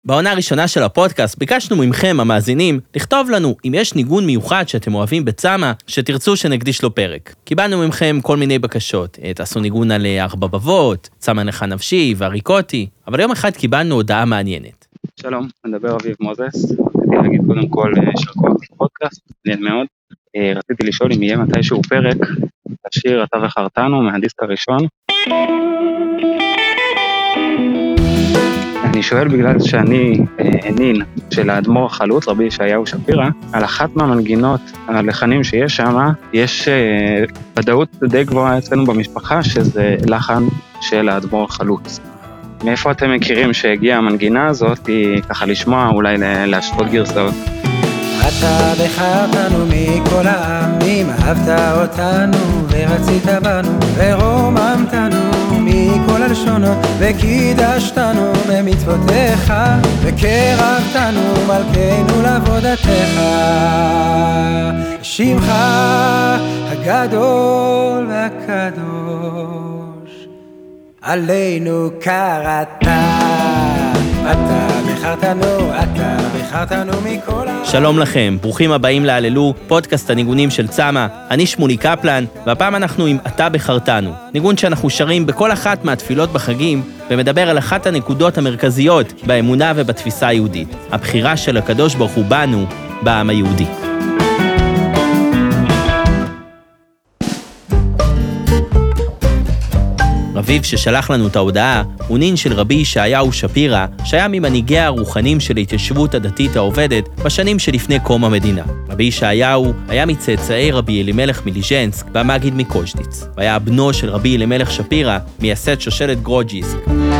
בעונה הראשונה של הפודקאסט ביקשנו ממכם, המאזינים, לכתוב לנו אם יש ניגון מיוחד שאתם אוהבים בצמא, שתרצו שנקדיש לו פרק. קיבלנו ממכם כל מיני בקשות, תעשו ניגון על 4 בבות, צמא נכה נפשי והריקוטי, אבל יום אחד קיבלנו הודעה מעניינת. שלום, מדבר אביב מוזס, רציתי להגיד קודם כל יישר כוח לפודקאסט, מעניין מאוד. רציתי לשאול אם יהיה מתישהו פרק, לשיר אתה בחרתנו מהדיסק הראשון. אני שואל בגלל שאני נין של האדמו"ר החלוץ, רבי ישעיהו שפירא, על אחת מהמנגינות הלחנים שיש שם, יש ודאות די גבוהה אצלנו במשפחה, שזה לחן של האדמו"ר החלוץ. מאיפה אתם מכירים שהגיעה המנגינה הזאת, היא ככה לשמוע, אולי להשוות גרסאות? אתה בחרתנו מכל העמים, אהבת אותנו ורצית בנו, ורוממתנו מכל הלשונות, וקידשתנו במצוותיך, וקרבתנו מלכנו לעבודתך. שמך הגדול והקדוש עלינו קראת, אתה בחרתנו מכל העמים. שלום לכם, ברוכים הבאים להללו, פודקאסט הניגונים של צמא. אני שמולי קפלן, והפעם אנחנו עם אתה בחרתנו, ניגון שאנחנו שרים בכל אחת מהתפילות בחגים, ומדבר על אחת הנקודות המרכזיות באמונה ובתפיסה היהודית, הבחירה של הקדוש ברוך הוא בנו, בעם היהודי. רביב ששלח לנו את ההודעה הוא נין של רבי ישעיהו שפירא, שהיה ממנהיגי הרוחנים של ההתיישבות הדתית העובדת בשנים שלפני קום המדינה. רבי ישעיהו היה מצאצאי רבי אלימלך מליז'נסק והמגיד מקושטיץ, והיה בנו של רבי אלימלך שפירא, מייסד שושלת גרודז'יסק.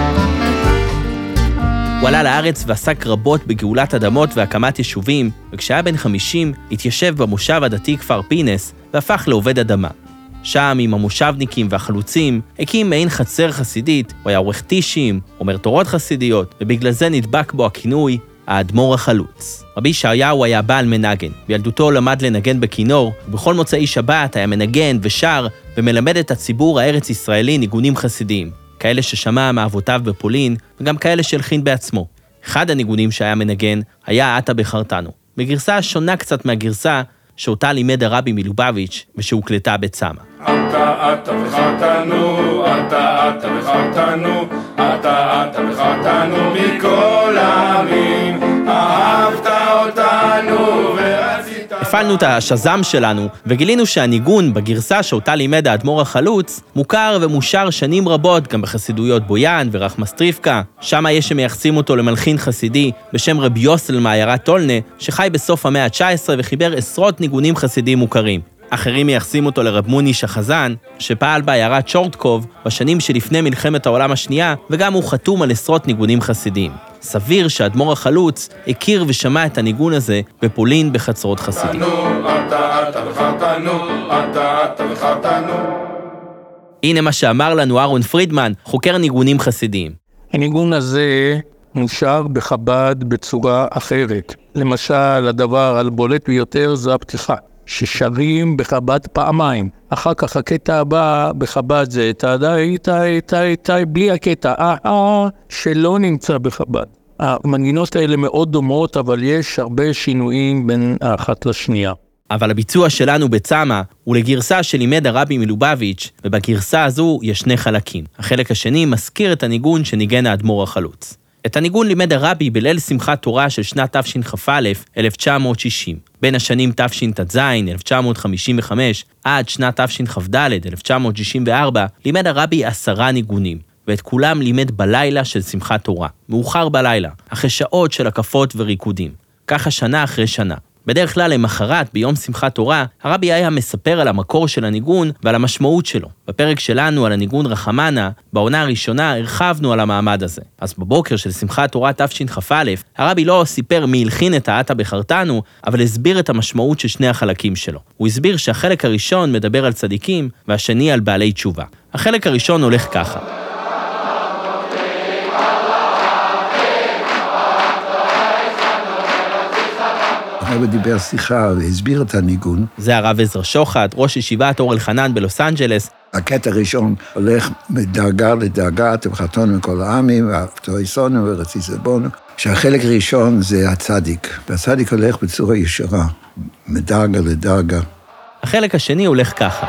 הוא עלה לארץ ועסק רבות בגאולת אדמות והקמת יישובים, וכשהיה בן 50 התיישב במושב הדתי כפר פינס והפך לעובד אדמה. שם עם המושבניקים והחלוצים הקים מעין חצר חסידית, הוא היה עורך טישים, אומר תורות חסידיות, ובגלל זה נדבק בו הכינוי האדמו"ר החלוץ. רבי ישעיהו היה בעל מנגן, בילדותו למד לנגן בכינור, ובכל מוצאי שבת היה מנגן ושר ומלמד את הציבור הארץ ישראלי ניגונים חסידיים, כאלה ששמע מאבותיו בפולין וגם כאלה שהלחין בעצמו. אחד הניגונים שהיה מנגן היה אתה בחרתנו, בגרסה שונה קצת מהגרסה שאותה לימד הרבי מלובביץ' ושהוקלטה בצמא. אתה בחרתנו, אתה בחרתנו, אתה בחרתנו מכל העמים, אהבת אותנו ורצית. הפעלנו את השזם שלנו וגילינו שהניגון בגרסה שאותה לימד האדמו"ר החלוץ מוכר ומושר שנים רבות גם בחסידויות בויאן ורחמסטריפקה. שם יש שמייחסים אותו למלחין חסידי בשם רבי יוסל מעיירת טולנה, שחי בסוף המאה ה-19 וחיבר עשרות ניגונים חסידיים מוכרים. אחרים מייחסים אותו לרב מוניש החזן, שפעל בעיירת שורטקוב בשנים שלפני מלחמת העולם השנייה, וגם הוא חתום על עשרות ניגונים חסידיים. סביר שהאדמו"ר החלוץ הכיר ושמע את הניגון הזה בפולין בחצרות חסידים. הנה מה שאמר לנו אהרון פרידמן, חוקר ניגונים חסידיים. הניגון הזה מושר בחב"ד בצורה אחרת. למשל, הדבר הבולט ביותר זה הפתיחה, ששרים בחב"ד פעמיים. אחר כך הקטע הבא בחב"ד זה תאי בלי הקטע שלא נמצא בחב"ד. המנגינות האלה מאוד דומות, אבל יש הרבה שינויים בין האחת לשנייה. אבל הביצוע שלנו בצמא הוא לגרסה שלימד הרבי מלובביץ', ובגרסה הזו יש 2 חלקים. החלק השני מזכיר את הניגון שניגן האדמו"ר החלוץ. את הניגון לימד הרבי בליל שמחת תורה של שנת תשכ"א 1960. בין השנים תשט"ז 1955 עד שנת תשכ"ד 1964 לימד הרבי 10 ניגונים, ואת כולם לימד בלילה של שמחת תורה, מאוחר בלילה, אחרי שעות של הקפות וריקודים. ככה שנה אחרי שנה. בדרך כלל למחרת, ביום שמחת תורה, הרבי היה מספר על המקור של הניגון ועל המשמעות שלו. בפרק שלנו על הניגון רחמנה, בעונה הראשונה הרחבנו על המעמד הזה. אז בבוקר של שמחת תורה תשכ"א, הרבי לא סיפר מי הלחין את אתה בחרתנו, אבל הסביר את המשמעות של 2 החלקים שלו. הוא הסביר שהחלק הראשון מדבר על צדיקים, והשני על בעלי תשובה. החלק הראשון הולך ככה. הרב דיבר שיחה והסביר את הניגון. זה הרב עזרא שוחט, ראש ישיבת אור אלחנן בלוס אנג'לס. הקטע הראשון הולך מדרגה לדרגה, אתה בחרתנו מכל העמים, ואהבת אותנו ורצית בנו. שהחלק הראשון זה הצדיק, והצדיק הולך בצורה ישרה, מדרגה לדרגה. החלק השני הולך ככה.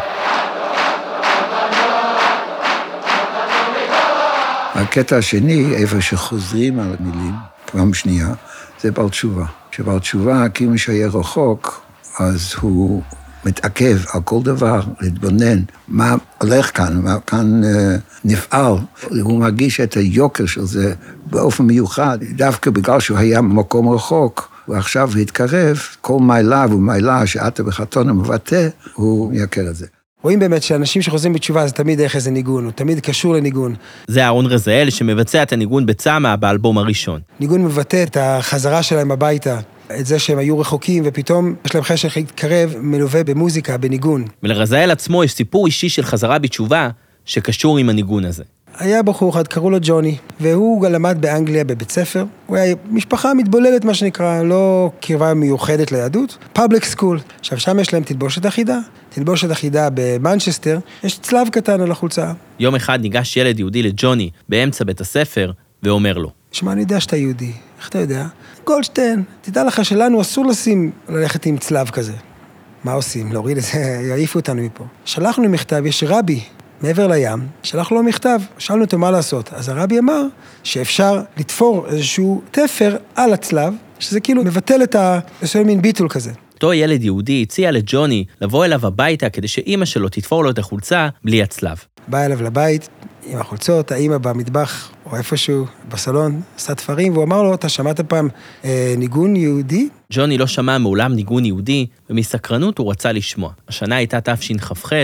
הקטע השני, איפה שחוזרים על המילים, פעם שנייה, זה בעל תשובה. שבעל תשובה, כאילו שהיה רחוק, אז הוא מתעכב על כל דבר, להתבונן מה הולך כאן, מה כאן נפעל. הוא מרגיש את היוקר של זה באופן מיוחד, דווקא בגלל שהוא היה במקום רחוק, ועכשיו התקרב, כל מעלה ומעלה שאתה בחתונה מבטא, הוא מייקר את זה. רואים באמת שאנשים שחוזרים בתשובה זה תמיד איך איזה ניגון, הוא תמיד קשור לניגון. זה אהרון רזאל שמבצע את הניגון בצמא באלבום הראשון. ניגון מבטא את החזרה שלהם הביתה, את זה שהם היו רחוקים ופתאום יש להם חשך להתקרב מלווה במוזיקה, בניגון. ולרזאל עצמו יש סיפור אישי של חזרה בתשובה שקשור עם הניגון הזה. היה בחור אחד, קראו לו ג'וני, והוא למד באנגליה בבית ספר. הוא היה משפחה מתבוללת, מה שנקרא, לא קרבה מיוחדת ליהדות. פאבליק סקול. עכשיו, שם יש להם תלבושת אחידה. תלבושת אחידה במנצ'סטר, יש צלב קטן על החולצה. יום אחד ניגש ילד יהודי לג'וני באמצע בית הספר, ואומר לו, שמע, אני יודע שאתה יהודי. איך אתה יודע? גולדשטיין, תדע לך שלנו אסור ללכת עם צלב כזה. מה עושים? להוריד את זה, יעיפו אותנו מפה. שלחנו מכתב, יש רבי מעבר לים, שלח לו מכתב, שאלנו אותו מה לעשות. אז הרבי אמר שאפשר לתפור איזשהו תפר על הצלב, שזה כאילו מבטל את מין ביטול כזה. אותו ילד יהודי הציע לג'וני לבוא אליו הביתה כדי שאמא שלו תתפור לו את החולצה בלי הצלב. בא אליו לבית עם החולצות, האמא במטבח או איפשהו בסלון, עשה תפרים, והוא אמר לו, אתה שמעת פעם ניגון יהודי? ג'וני לא שמע מעולם ניגון יהודי, ומסקרנות הוא רצה לשמוע. השנה הייתה תשכ"ח,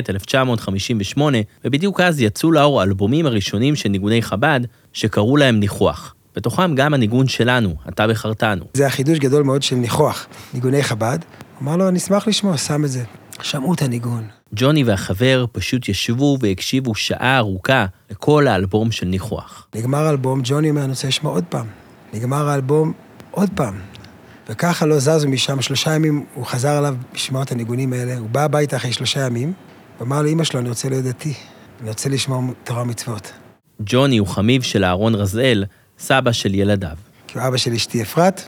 1958, ובדיוק אז יצאו לאור האלבומים הראשונים של ניגוני חב"ד, שקראו להם ניחוח. בתוכם גם הניגון שלנו, אתה בחרתנו. זה החידוש גדול מאוד של ניחוח, ניגוני חב"ד. הוא אמר לו, אני אשמח לשמוע, שם את זה. שמעו את הניגון. ג'וני והחבר פשוט ישבו והקשיבו שעה ארוכה לכל האלבום של ניחוח. נגמר האלבום, ג'וני אומר, אני רוצה לשמוע עוד פעם. נגמר האלבום עוד פעם. וככה לא זזו משם 3 ימים, הוא חזר עליו לשמוע את הניגונים האלה, הוא בא הביתה אחרי 3 ימים, ואמר לאמא שלו, אני רוצה להיות דתי, אני רוצה לשמוע תורה ומצוות. ג'וני הוא חמיו של אהרון רזאל, סבא של ילדיו. כי הוא אבא של אשתי אפרת,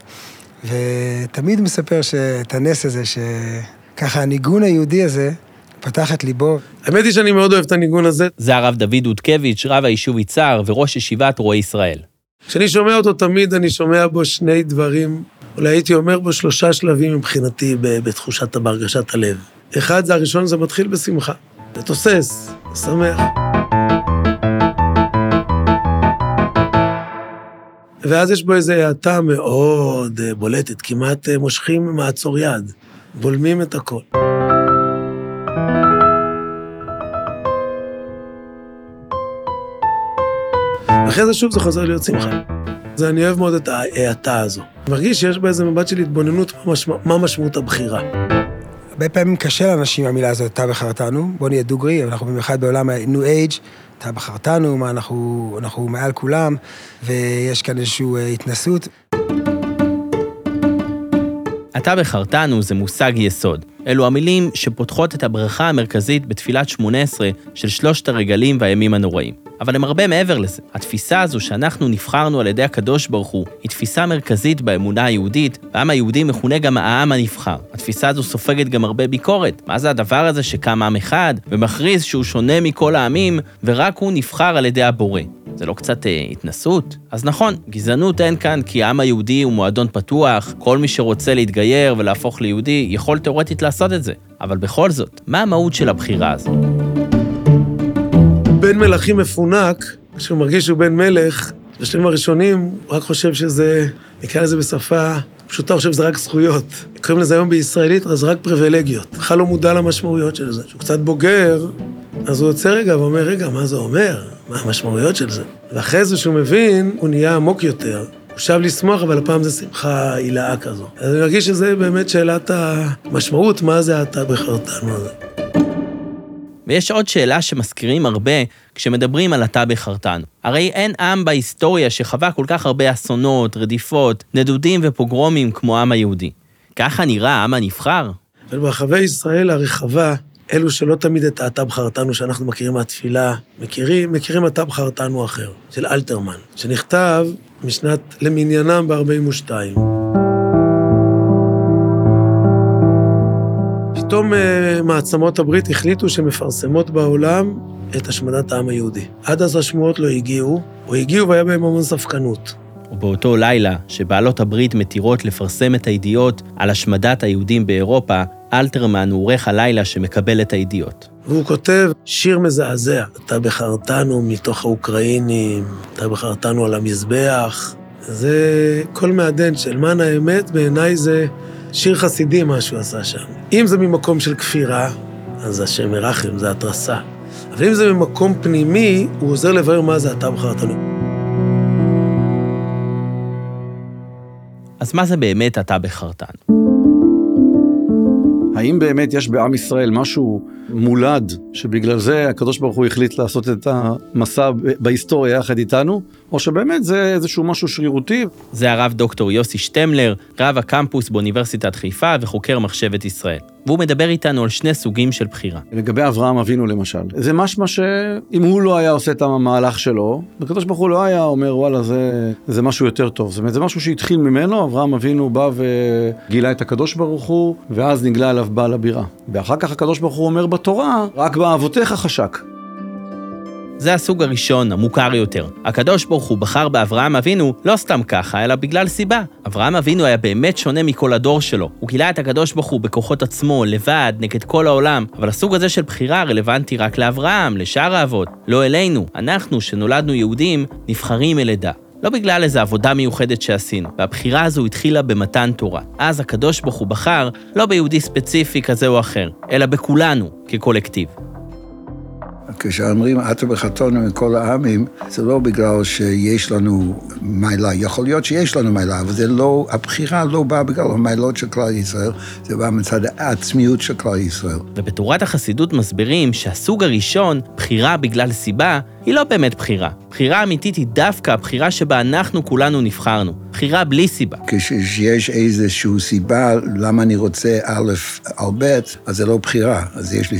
ותמיד מספר שאת הנס הזה, שככה הניגון היהודי הזה, פתח את ליבו. האמת היא שאני מאוד אוהב את הניגון הזה. זה הרב דוד אודקביץ', רב היישוב יצהר וראש ישיבת רועי ישראל. כשאני שומע אותו תמיד, אני שומע בו 2 דברים, אולי הייתי אומר בו 3 שלבים מבחינתי בתחושת בהרגשת הלב. אחד, זה הראשון, זה מתחיל בשמחה. ותוסס, שמח. ואז יש בו איזו האטה מאוד בולטת, כמעט מושכים מעצור יד, בולמים את הכל. אחרי זה שוב זה חוזר להיות שמחה. אני אוהב מאוד את ההאטה הזו. אני מרגיש שיש בה איזה מבט של התבוננות מה משמעות הבחירה. הרבה פעמים קשה לאנשים המילה הזאת, אתה בחרתנו, בוא נהיה דוגרי, אנחנו במיוחד בעולם ה-New Age, אתה בחרתנו, מה אנחנו מעל כולם, ויש כאן איזושהי התנסות. אתה בחרתנו זה מושג יסוד. אלו המילים שפותחות את הברכה המרכזית בתפילת 18 של 3 הרגלים והימים הנוראים. אבל הם הרבה מעבר לזה. התפיסה הזו שאנחנו נבחרנו על ידי הקדוש ברוך הוא, היא תפיסה מרכזית באמונה היהודית, והעם היהודי מכונה גם העם הנבחר. התפיסה הזו סופגת גם הרבה ביקורת. מה זה הדבר הזה שקם עם אחד, ומכריז שהוא שונה מכל העמים, ורק הוא נבחר על ידי הבורא? זה לא קצת התנסות? אז נכון, גזענות אין כאן כי העם היהודי הוא מועדון פתוח, כל מי שרוצה להתגייר ולהפוך ליהודי יכול תיאורטית לעשות את זה. אבל בכל זאת, מה המהות של הבחירה הזו? בן מלכים מפונק, כשהוא מרגיש שהוא בן מלך, בשלבים הראשונים הוא רק חושב שזה, נקרא לזה בשפה פשוטה, חושב שזה רק זכויות. קוראים לזה היום בישראלית, אז רק פריבילגיות. בכלל לא מודע למשמעויות של זה. כשהוא קצת בוגר, אז הוא יוצא רגע ואומר, רגע, מה זה אומר? מה המשמעויות של זה? ואחרי זה שהוא מבין, הוא נהיה עמוק יותר. הוא שב לשמוח, אבל הפעם זה שמחה הילאה כזו. אז אני מרגיש שזה באמת שאלת המשמעות, מה זה אתה בחרתנו הזה. ויש עוד שאלה שמזכירים הרבה כשמדברים על אתה בחרתנו. הרי אין עם בהיסטוריה שחווה כל כך הרבה אסונות, רדיפות, נדודים ופוגרומים כמו העם היהודי. ככה נראה העם הנבחר? ברחבי ישראל הרחבה אלו שלא תמיד את אתה בחרתנו שאנחנו מכירים מהתפילה, מכירים אתה בחרתנו אחר, של אלתרמן, שנכתב משנת למניינם ב-42. פתאום מעצמות הברית החליטו שמפרסמות בעולם את השמדת העם היהודי. עד אז השמועות לא הגיעו, או הגיעו והיה בהם המון ספקנות. ובאותו לילה, שבעלות הברית מתירות לפרסם את הידיעות על השמדת היהודים באירופה, אלתרמן הוא עורך הלילה שמקבל את הידיעות. והוא כותב שיר מזעזע, אתה בחרתנו מתוך האוקראינים, אתה בחרתנו על המזבח. זה כל מעדן של מן האמת, בעיניי זה שיר חסידי מה שהוא עשה שם. אם זה ממקום של כפירה, אז השם מרחם, זה התרסה. אבל אם זה ממקום פנימי, הוא עוזר לבאר מה זה אתה בחרתנו. אז מה זה באמת אתה בחרתנו? האם באמת יש בעם ישראל משהו מולד, שבגלל זה הקדוש ברוך הוא החליט לעשות את המסע בהיסטוריה יחד איתנו, או שבאמת זה איזשהו משהו שרירותי? זה הרב דוקטור יוסי שטמלר, רב הקמפוס באוניברסיטת חיפה וחוקר מחשבת ישראל. והוא מדבר איתנו על שני סוגים של בחירה. לגבי אברהם אבינו למשל, זה משמע שאם הוא לא היה עושה את המהלך שלו, הקדוש ברוך הוא לא היה אומר, וואלה, זה משהו יותר טוב. זאת אומרת, זה משהו שהתחיל ממנו, אברהם אבינו בא וגילה את הקדוש ברוך הוא, ואז נגלה עליו בעל הבירה. ואחר כך הקדוש ברוך הוא אומר בתורה, רק באבותיך חשק. זה הסוג הראשון, המוכר יותר. הקדוש ברוך הוא בחר באברהם אבינו לא סתם ככה, אלא בגלל סיבה. אברהם אבינו היה באמת שונה מכל הדור שלו. הוא גילה את הקדוש ברוך הוא בכוחות עצמו, לבד, נגד כל העולם. אבל הסוג הזה של בחירה רלוונטי רק לאברהם, לשאר האבות. לא אלינו. אנחנו, שנולדנו יהודים, נבחרים מלידה. לא בגלל איזו עבודה מיוחדת שעשינו. והבחירה הזו התחילה במתן תורה. אז הקדוש ברוך הוא בחר לא ביהודי ספציפי כזה או אחר, אלא בכולנו, כקולקטיב. כשאומרים, אתה בחרתנו מכל העמים, זה לא בגלל שיש לנו מעלה. יכול להיות שיש לנו מעלה, אבל זה לא, הבחירה לא באה בגלל המעלות של כלל ישראל, זה בא מצד העצמיות של כלל ישראל. ובתורת החסידות מסבירים שהסוג הראשון, בחירה בגלל סיבה, היא לא באמת בחירה. בחירה אמיתית היא דווקא הבחירה שבה אנחנו כולנו נבחרנו. בחירה בלי סיבה. כשיש איזושהי סיבה למה אני רוצה א' על ב', אז זה לא בחירה, אז יש לי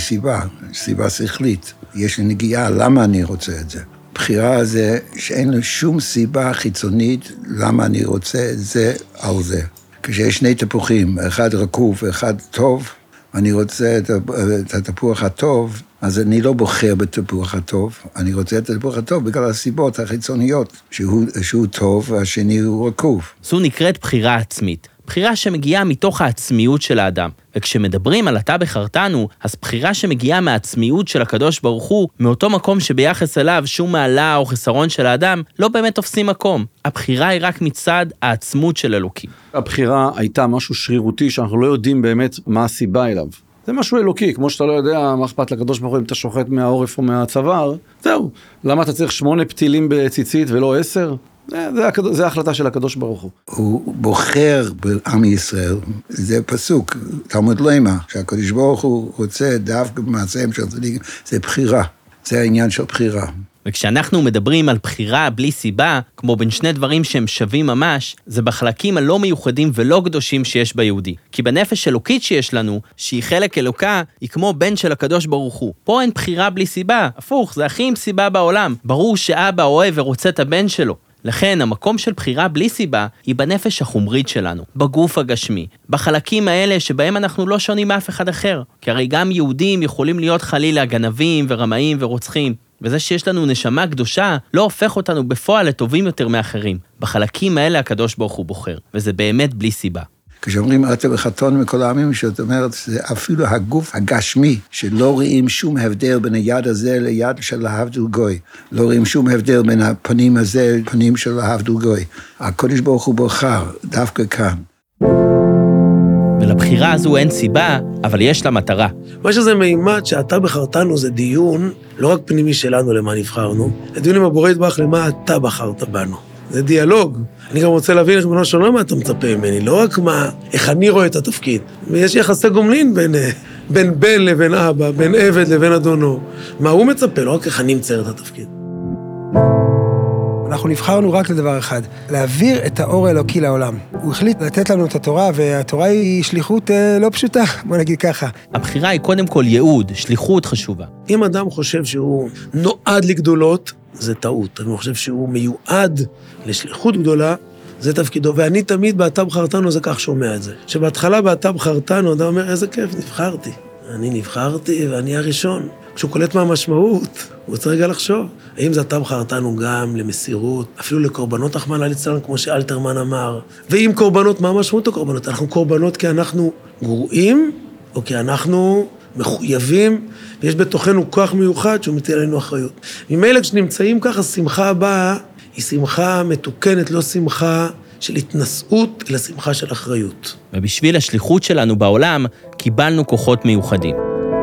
סיבה שכלית. יש לי נגיעה, למה אני רוצה את זה? בחירה זה שאין לי שום סיבה חיצונית למה אני רוצה את זה על זה. כשיש שני תפוחים, אחד רקוב ואחד טוב, אני רוצה את התפוח הטוב, אז אני לא בוחר בתפוח הטוב, אני רוצה את התפוח הטוב בגלל הסיבות החיצוניות, שהוא טוב והשני הוא רקוב. זו נקראת בחירה עצמית. בחירה שמגיעה מתוך העצמיות של האדם. וכשמדברים על אתה בחרתנו, אז בחירה שמגיעה מהעצמיות של הקדוש ברוך הוא, מאותו מקום שביחס אליו שום מעלה או חסרון של האדם, לא באמת תופסים מקום. הבחירה היא רק מצד העצמות של אלוקים. הבחירה הייתה משהו שרירותי שאנחנו לא יודעים באמת מה הסיבה אליו. זה משהו אלוקי, כמו שאתה לא יודע מה אכפת לקדוש ברוך הוא אם אתה שוחט מהעורף או מהצוואר, זהו. למה אתה צריך 8 פתילים בציצית ולא 10? זה ההחלטה של הקדוש ברוך הוא. הוא בוחר בעם ישראל, זה פסוק, תלמוד למה, שהקדוש ברוך הוא רוצה דווקא במעשיהם של צדיקים, זה בחירה, זה העניין של בחירה. וכשאנחנו מדברים על בחירה בלי סיבה, כמו בין שני דברים שהם שווים ממש, זה בחלקים הלא מיוחדים ולא קדושים שיש ביהודי. כי בנפש אלוקית שיש לנו, שהיא חלק אלוקה, היא כמו בן של הקדוש ברוך הוא. פה אין בחירה בלי סיבה, הפוך, זה הכי עם סיבה בעולם. ברור שאבא אוהב ורוצה את הבן שלו. לכן, המקום של בחירה בלי סיבה היא בנפש החומרית שלנו, בגוף הגשמי, בחלקים האלה שבהם אנחנו לא שונים מאף אחד אחר. כי הרי גם יהודים יכולים להיות חלילה גנבים ורמאים ורוצחים. וזה שיש לנו נשמה קדושה לא הופך אותנו בפועל לטובים יותר מאחרים. בחלקים האלה הקדוש ברוך הוא בוחר, וזה באמת בלי סיבה. כשאומרים אתה בחרתנו מכל העמים, שאת אומרת, זה אפילו הגוף הגשמי, שלא רואים שום הבדל בין היד הזה ליד של להבדיל גוי. לא רואים שום הבדל בין הפנים הזה לפנים של להבדיל גוי. הקדוש ברוך הוא בוחר, דווקא כאן. ולבחירה הזו אין סיבה, אבל יש לה מטרה. מה שזה מימד שאתה בחרתנו זה דיון, לא רק פנימי שלנו למה נבחרנו, זה דיון עם הבורא יתברך למה אתה בחרת בנו. זה דיאלוג. אני גם רוצה להבין איך בנו שונה מה אתה מצפה ממני, לא רק איך אני רואה את התפקיד. ויש יחסי גומלין בין בן לבין אבא, בין עבד לבין אדונו. מה הוא מצפה, לא רק איך אני מצייר את התפקיד. אנחנו נבחרנו רק לדבר אחד, להעביר את האור האלוקי לעולם. הוא החליט לתת לנו את התורה, והתורה היא שליחות לא פשוטה, בוא נגיד ככה. הבחירה היא קודם כל ייעוד, שליחות חשובה. אם אדם חושב שהוא נועד לגדולות, זה טעות. אני חושב שהוא מיועד לשליחות גדולה, זה תפקידו. ואני תמיד באתה בחרתנו זה כך שומע את זה. שבהתחלה באתה בחרתנו, אדם אומר, איזה כיף, נבחרתי. אני נבחרתי ואני הראשון. כשהוא קולט מה המשמעות, הוא צריך רגע לחשוב. האם זה אתה בחרתנו גם למסירות, אפילו לקורבנות רחמנא ליצלן, כמו שאלתרמן אמר. ואם קורבנות, מה משמעות הקורבנות? אנחנו קורבנות כי אנחנו גרועים, או כי אנחנו מחויבים, ויש בתוכנו כוח מיוחד שהוא מטיל עלינו אחריות. ממילא כשנמצאים ככה, שמחה הבאה היא שמחה מתוקנת, לא שמחה של התנשאות, אלא שמחה של אחריות. ובשביל השליחות שלנו בעולם, קיבלנו כוחות מיוחדים.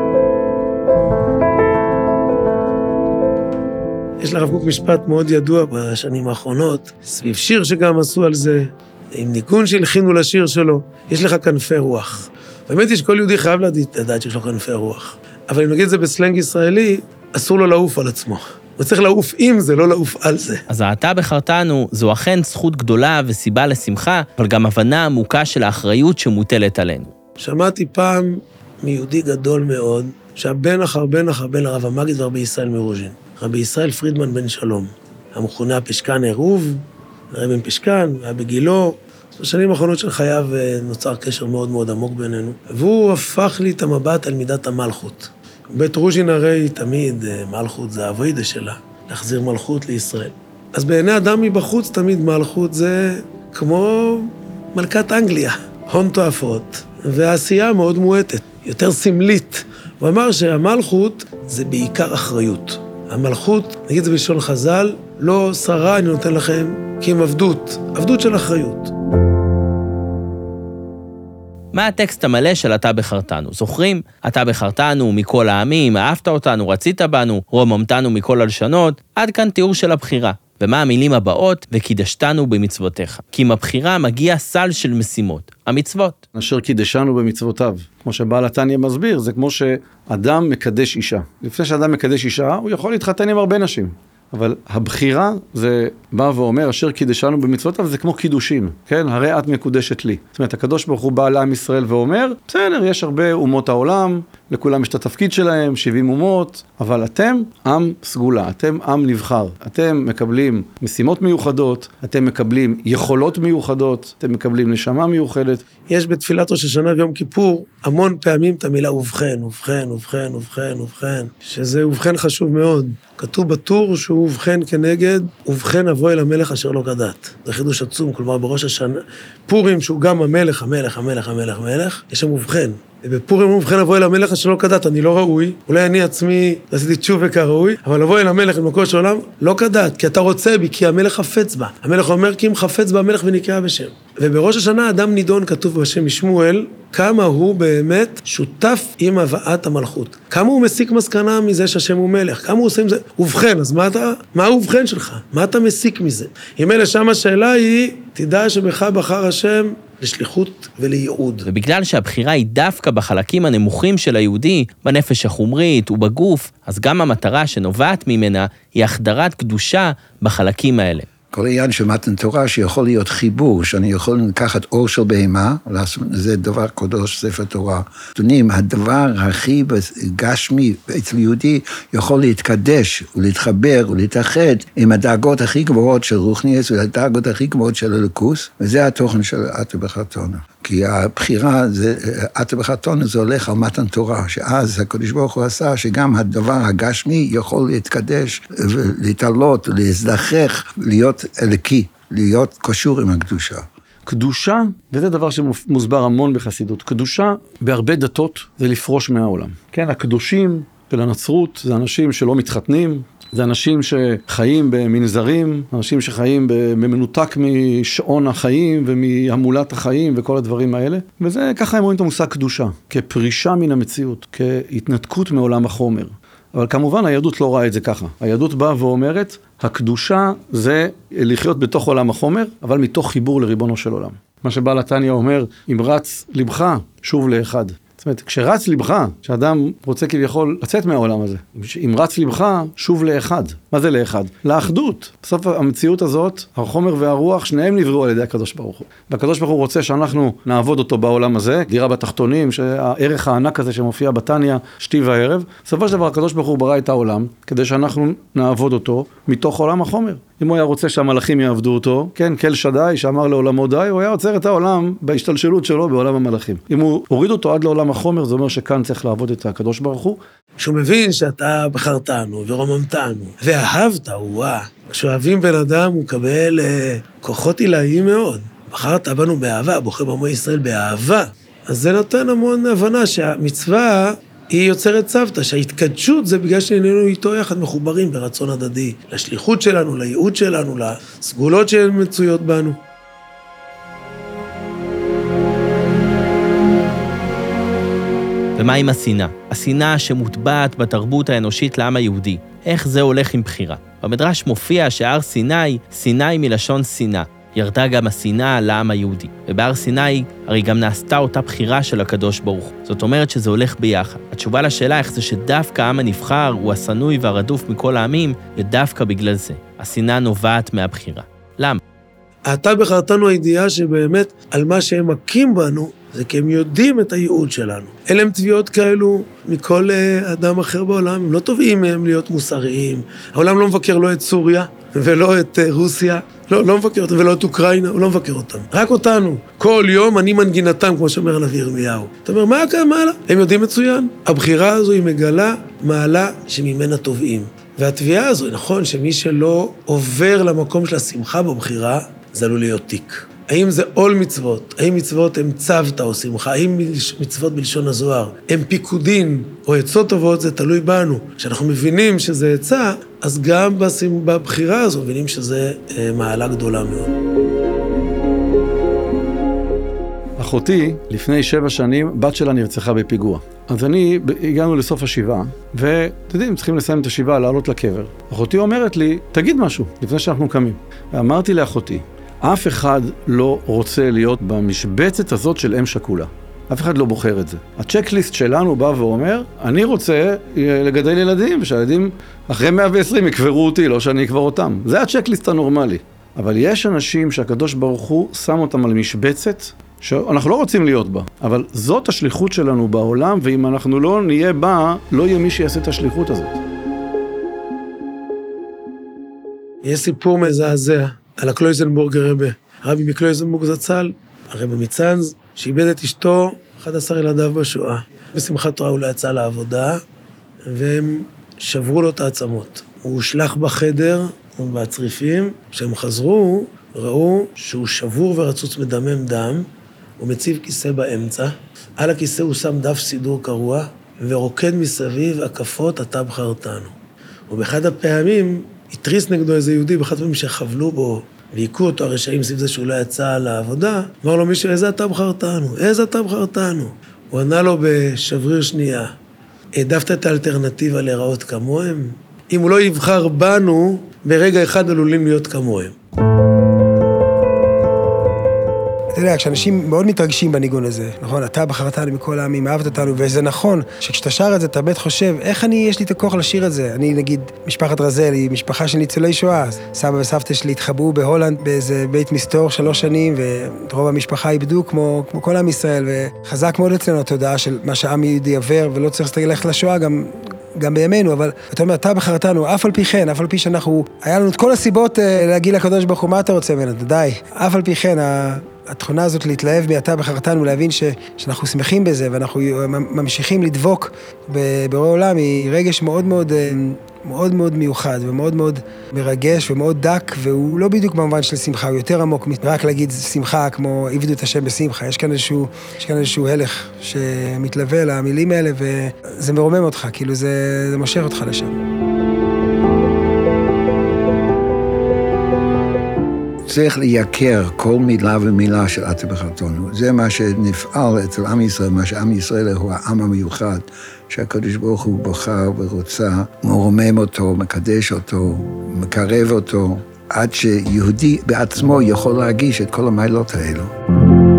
יש לרב קוק משפט מאוד ידוע בשנים האחרונות, סביב שיר שגם עשו על זה, עם ניגון שהלחינו לשיר שלו, יש לך כנפי רוח. באמת יש כל יהודי חייב לדעת שיש לו כנפי רוח. אבל אם נגיד את זה בסלנג ישראלי, אסור לו לעוף על עצמו. הוא צריך לעוף עם זה, לא לעוף על זה. אז אתה בחרתנו, זו אכן זכות גדולה וסיבה לשמחה, אבל גם הבנה עמוקה של האחריות שמוטלת עלינו. שמעתי פעם מיהודי גדול מאוד, שהבן אחר בן לרב המגיד ורבי ישראל מרוז'ין. רבי ישראל פרידמן בן שלום. המכונה פשקן עירוב, רבי בן פשקן, היה בגילו. בשנים האחרונות של חייו נוצר קשר מאוד מאוד עמוק בינינו. והוא הפך לי את המבט על מידת המלכות. בית רוז'ין הרי תמיד מלכות זה העבודה שלה, להחזיר מלכות לישראל. אז בעיני אדם מבחוץ תמיד מלכות זה כמו מלכת אנגליה, הון תועפות, והעשייה מאוד מועטת, יותר סמלית. הוא אמר שהמלכות זה בעיקר אחריות. המלכות, נגיד זה בלשון חז"ל, לא שרה אני נותן לכם, כי הם עבדות של אחריות. מה הטקסט המלא של אתה בחרתנו? זוכרים? אתה בחרתנו מכל העמים, אהבת אותנו, רצית בנו, רוממתנו מכל הלשנות, עד כאן תיאור של הבחירה. ומה המילים הבאות? וקידשתנו במצוותיך. כי עם הבחירה מגיע סל של משימות, המצוות. אשר קידשנו במצוותיו. כמו שבעל התניא מסביר, זה כמו שאדם מקדש אישה. לפני שאדם מקדש אישה, הוא יכול להתחתן עם הרבה נשים. אבל הבחירה זה בא ואומר, אשר קידשנו במצוותיו, זה כמו קידושים, כן? הרי את מקודשת לי. זאת אומרת, הקדוש ברוך הוא בא לעם ישראל ואומר, בסדר, יש הרבה אומות העולם, לכולם יש את התפקיד שלהם, 70 אומות, אבל אתם עם סגולה, אתם עם נבחר. אתם מקבלים משימות מיוחדות, אתם מקבלים יכולות מיוחדות, אתם מקבלים נשמה מיוחדת. יש בתפילת ראש השנה ויום כיפור המון פעמים את המילה ובכן, ובכן, ובכן, ובכן, ובכן, שזה ובכן חשוב מאוד. כתוב בטור שהוא ובכן כנגד, ובכן אבוא אל המלך אשר לא כדת. זה חידוש עצום, כלומר בראש השנה, פורים שהוא גם המלך, יש שם ובכן. ובפורים הוא ובכן אבוא אל המלך אשר לא כדת, אני לא ראוי, אולי אני עצמי עשיתי תשובה כראוי, אבל אבוא אל המלך במקום של עולם, לא כדת, כי אתה רוצה בי, כי המלך חפץ בה. המלך אומר כי אם חפץ בה המלך ונקרא בשם. ובראש השנה אדם נידון כתוב בשם משמואל, כמה הוא באמת שותף עם הבאת המלכות. כמה הוא מסיק מסקנה מזה שהשם הוא מלך, כמה הוא עושה עם זה, ובכן, אז מה ההובכן שלך? מה אתה מסיק מזה? אם אלה שם השאלה היא, תדע שבך בחר השם לשליחות ולייעוד. ובגלל שהבחירה היא דווקא בחלקים הנמוכים של היהודי, בנפש החומרית ובגוף, אז גם המטרה שנובעת ממנה היא החדרת קדושה בחלקים האלה. כל העניין של מתן תורה שיכול להיות חיבור, שאני יכול לקחת אור של בהמה, זה דבר קדוש, ספר תורה. אדונים, הדבר הכי גשמי אצל יהודי יכול להתקדש ולהתחבר ולהתאחד עם הדאגות הכי גבוהות של רוחניאס והדאגות הכי גבוהות של הליכוס, וזה התוכן של אתה בחרתנו. כי הבחירה, אתה בחרתנו זה הולך על מתן תורה, שאז הקדוש ברוך הוא עשה שגם הדבר הגשמי יכול להתקדש ולהתעלות, להזדחך, להיות אלוקי, להיות קשור עם הקדושה. קדושה, וזה דבר שמוסבר המון בחסידות, קדושה בהרבה דתות זה לפרוש מהעולם. כן, הקדושים של הנצרות זה אנשים שלא מתחתנים, זה אנשים שחיים במנזרים, אנשים שחיים במנותק משעון החיים ומהמולת החיים וכל הדברים האלה. וזה, ככה הם רואים את המושג קדושה, כפרישה מן המציאות, כהתנתקות מעולם החומר. אבל כמובן היהדות לא רואה את זה ככה. היהדות באה ואומרת, הקדושה זה לחיות בתוך עולם החומר, אבל מתוך חיבור לריבונו של עולם. מה שבעל התניא אומר, אם רץ לבך, שוב לאחד. זאת אומרת, כשרץ לבך, שאדם רוצה כביכול לצאת מהעולם הזה, אם רץ לבך, שוב לאחד. מה זה לאחד? לאחדות. בסוף המציאות הזאת, החומר והרוח, שניהם נבראו על ידי הקדוש ברוך הוא. והקדוש ברוך הוא רוצה שאנחנו נעבוד אותו בעולם הזה, דירה בתחתונים, שהערך הענק הזה שמופיע בתניה, שתי וערב. בסופו של דבר הקדוש ברוך הוא ברא את העולם, כדי שאנחנו נעבוד אותו מתוך עולם החומר. אם הוא היה רוצה שהמלאכים יעבדו אותו, כן, כל שדי, שאמר לעולמו די, הוא היה עוצר את העולם בהשתלשלות שלו בעולם המלאכים. אם הוא הוריד אותו עד לעולם החומר, זה אומר שכאן צריך לעבוד את הקדוש ברוך הוא. כשהוא מבין שאתה בחרתנו ורוממתנו, ואהבת, כשאוהבים בן אדם הוא מקבל כוחות עילאיים מאוד. בחרת בנו באהבה, בוחר בעמו ישראל באהבה. אז זה נותן המון הבנה שהמצווה היא יוצרת צוותא, שההתקדשות זה בגלל שאיננו איתו יחד מחוברים ברצון הדדי, לשליחות שלנו, לייעוד שלנו, לסגולות שהן מצויות בנו. ומה עם השנאה? השנאה שמוטבעת בתרבות האנושית לעם היהודי. איך זה הולך עם בחירה? במדרש מופיע שהר סיני, סיני מלשון שנאה. ירדה גם השנאה לעם היהודי. ובהר סיני הרי גם נעשתה אותה בחירה של הקדוש ברוך הוא. זאת אומרת שזה הולך ביחד. התשובה לשאלה איך זה שדווקא העם הנבחר הוא השנוי והרדוף מכל העמים, ודווקא בגלל זה. השנאה נובעת מהבחירה. למה? אתה בחרתנו הידיעה שבאמת על מה שהם מכים בנו, זה כי הם יודעים את הייעוד שלנו. אלה הם תביעות כאלו מכל אדם אחר בעולם, הם לא תובעים מהם להיות מוסריים. העולם לא מבקר לא את סוריה ולא את רוסיה, לא מבקר אותם, ולא את אוקראינה, הוא לא מבקר אותם. רק אותנו. כל יום אני מנגינתם, כמו שאומר הנביא ירמיהו. אתה אומר, מה כאן מעלה? הם יודעים מצוין. הבחירה הזו היא מגלה מעלה שממנה תובעים. והתביעה הזו, נכון שמי שלא עובר למקום של השמחה בבחירה, זה עלול להיות תיק. האם זה עול מצוות? האם מצוות הם צוותא או שמחה? האם מצוות בלשון הזוהר הם פיקודין או עצות טובות? זה תלוי בנו. כשאנחנו מבינים שזה עצה, אז גם בבחירה הזו מבינים שזה מעלה גדולה מאוד. אחותי, לפני 7 שנים, בת שלה נרצחה בפיגוע. אז הגענו לסוף השבעה, ואתם יודעים, צריכים לסיים את השבעה, לעלות לקבר. אחותי אומרת לי, תגיד משהו, לפני שאנחנו קמים. ואמרתי לאחותי, אף אחד לא רוצה להיות במשבצת הזאת של אם שכולה. אף אחד לא בוחר את זה. הצ'קליסט שלנו בא ואומר, אני רוצה לגדל ילדים, ושהילדים אחרי 120 יקברו אותי, לא שאני אקבר אותם. זה הצ'קליסט הנורמלי. אבל יש אנשים שהקדוש ברוך הוא שם אותם על משבצת, שאנחנו לא רוצים להיות בה. אבל זאת השליחות שלנו בעולם, ואם אנחנו לא נהיה בה, לא יהיה מי שיעשה את השליחות הזאת. יש סיפור מזעזע על הקלויזנבורגר רבי. הרבי מקלויזנבורג זצ"ל, הרבי מצאנז, שאיבד את אשתו, 11 ילדיו בשואה. בשמחת תורה הוא לא יצא לעבודה, והם שברו לו את העצמות. הוא הושלח בחדר, בצריפים, כשהם חזרו, ראו שהוא שבור ורצוץ מדמם דם, הוא מציב כיסא באמצע, על הכיסא הוא שם דף סידור קרוע, ורוקד מסביב הקפות אתה בחרתנו. ובאחד הפעמים, התריס נגדו איזה יהודי, באחד הפעמים שחבלו בו, והיכו אותו הרשעים סביב זה שהוא לא יצא לעבודה, אמר לו מישהו, איזה אתה בחרתנו? איזה אתה בחרתנו? הוא ענה לו בשבריר שנייה, העדפת את האלטרנטיבה להיראות כמוהם? אם הוא לא יבחר בנו, ברגע אחד עלולים להיות כמוהם. אתה יודע, כשאנשים מאוד מתרגשים בניגון הזה, נכון, אתה בחרתנו מכל העמים, אהבת אותנו, וזה נכון, שכשאתה שר את זה, אתה באמת חושב, איך יש לי את הכוח לשיר את זה? אני, נגיד, משפחת רזל, היא משפחה של ניצולי שואה, סבא וסבתא שלי התחבאו בהולנד באיזה בית מסתור 3 שנים, ורוב המשפחה איבדו כמו כל עם ישראל, וחזק מאוד אצלנו התודעה של מה שהעם יהודי עבר, ולא צריך ללכת לשואה גם בימינו, אבל אתה אומר, אתה בחרתנו, אף על פי כן, אף על פי שאנחנו, היה לנו את כל הסיבות להגיד לקדוש ברוך הוא, מה אתה רוצה ממנו? די, אף על פי כן, התכונה הזאת להתלהב מעתה בחרתנו, להבין שאנחנו שמחים בזה, ואנחנו ממשיכים לדבוק בבורא עולם, היא רגש מאוד מאוד, מאוד מאוד מיוחד, ומאוד מאוד מרגש, ומאוד דק, והוא לא בדיוק במובן של שמחה, הוא יותר עמוק, רק להגיד שמחה, כמו עבדו את השם בשמחה, יש כאן איזשהו הלך שמתלווה למילים האלה, וזה מרומם אותך, כאילו זה מושך אותך לשם. צריך לייקר כל מילה ומילה של אתה בחרתנו. זה מה שנפעל אצל עם ישראל, מה שעם ישראל הוא העם המיוחד, שהקדוש ברוך הוא בחר ורוצה, מרומם אותו, מקדש אותו, מקרב אותו, עד שיהודי בעצמו יכול להרגיש את כל המעלות האלו.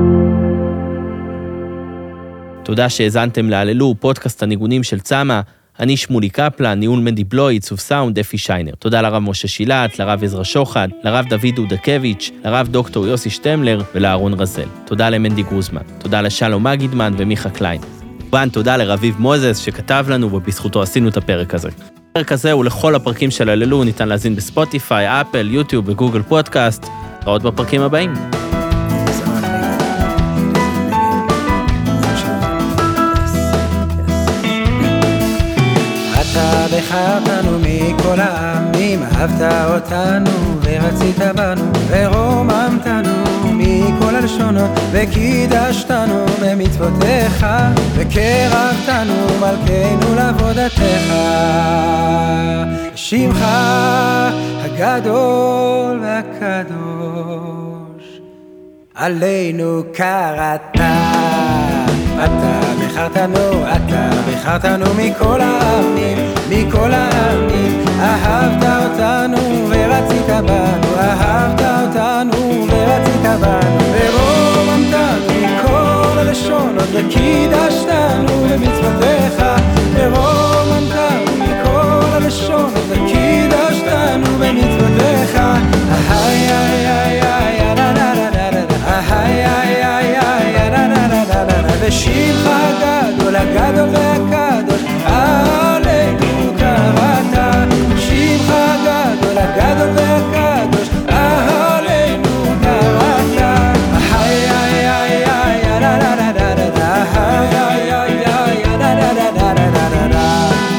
תודה שהזנתם להללו, פודקאסט הניגונים של צמא. אני שמולי קפלן, ניהול מנדי בלוי, עיצוב סאונד, אפי שיינר. תודה לרב משה שילת, לרב עזרא שוחד, לרב דוד אודקביץ', לרב דוקטור יוסי שטמלר ולאהרון רזל. תודה למנדי גרוזמן. תודה לשלום מגידמן ומיכה קליין. כמובן, תודה לרביב מוזס שכתב לנו ובזכותו עשינו את הפרק הזה. הפרק הזה הוא לכל הפרקים של הללו, ניתן להזין בספוטיפיי, אפל, יוטיוב וגוגל פודקאסט. ראות בפרקים הבאים. אתה בחרתנו מכל העמים, אהבת אותנו ורצית בנו, ורוממתנו מכל הלשונות, וקידשתנו במצוותיך, וקרבתנו מלכנו לעבודתך. שמך הגדול והקדוש, עלינו קראת. אתה בחרתנו מכל העמים, מכל העמים, אהבת אותנו ורצית בנו, אהבת אותנו ורצית בנו, ורוממתנו מכל הלשונות, וקידשתנו במצוותיך, ורוממתנו מכל הלשונות, וקידשתנו במצוותיך. איי איי איי איי איי איי איי ושמך הגדול, הגדול והקדוש, עלינו קראת. שמך הגדול, הגדול והקדוש, עלינו קראת. איי איי איי איי לה לה לה לה לה, איי איי איי איי לה לה לה לה לה לה.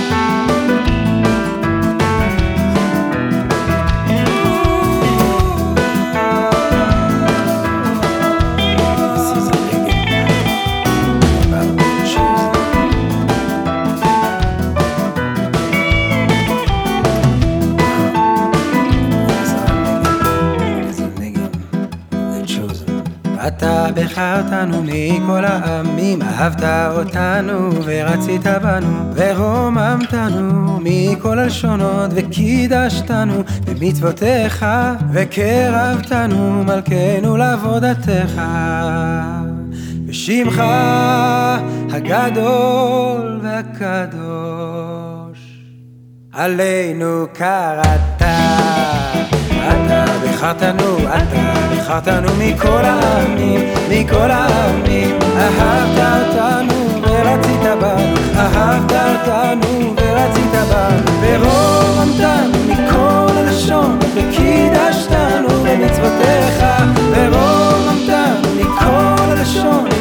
אתה בחרתנו מכל העמים, אהבת אותנו ורצית בנו, ורוממתנו מכל הלשונות, וקידשתנו במצוותיך, וקרבתנו מלכנו לעבודתך. בשמך הגדול והקדוש, עלינו קראת. אתה בחרתנו מכל העמים, מכל העמים, אהבת אותנו ורצית בנו, אהבת אותנו ורצית בנו, ורוממתנו מכל הלשונות, וקידשתנו במצוותיך, ורוממתנו מכל הלשונות,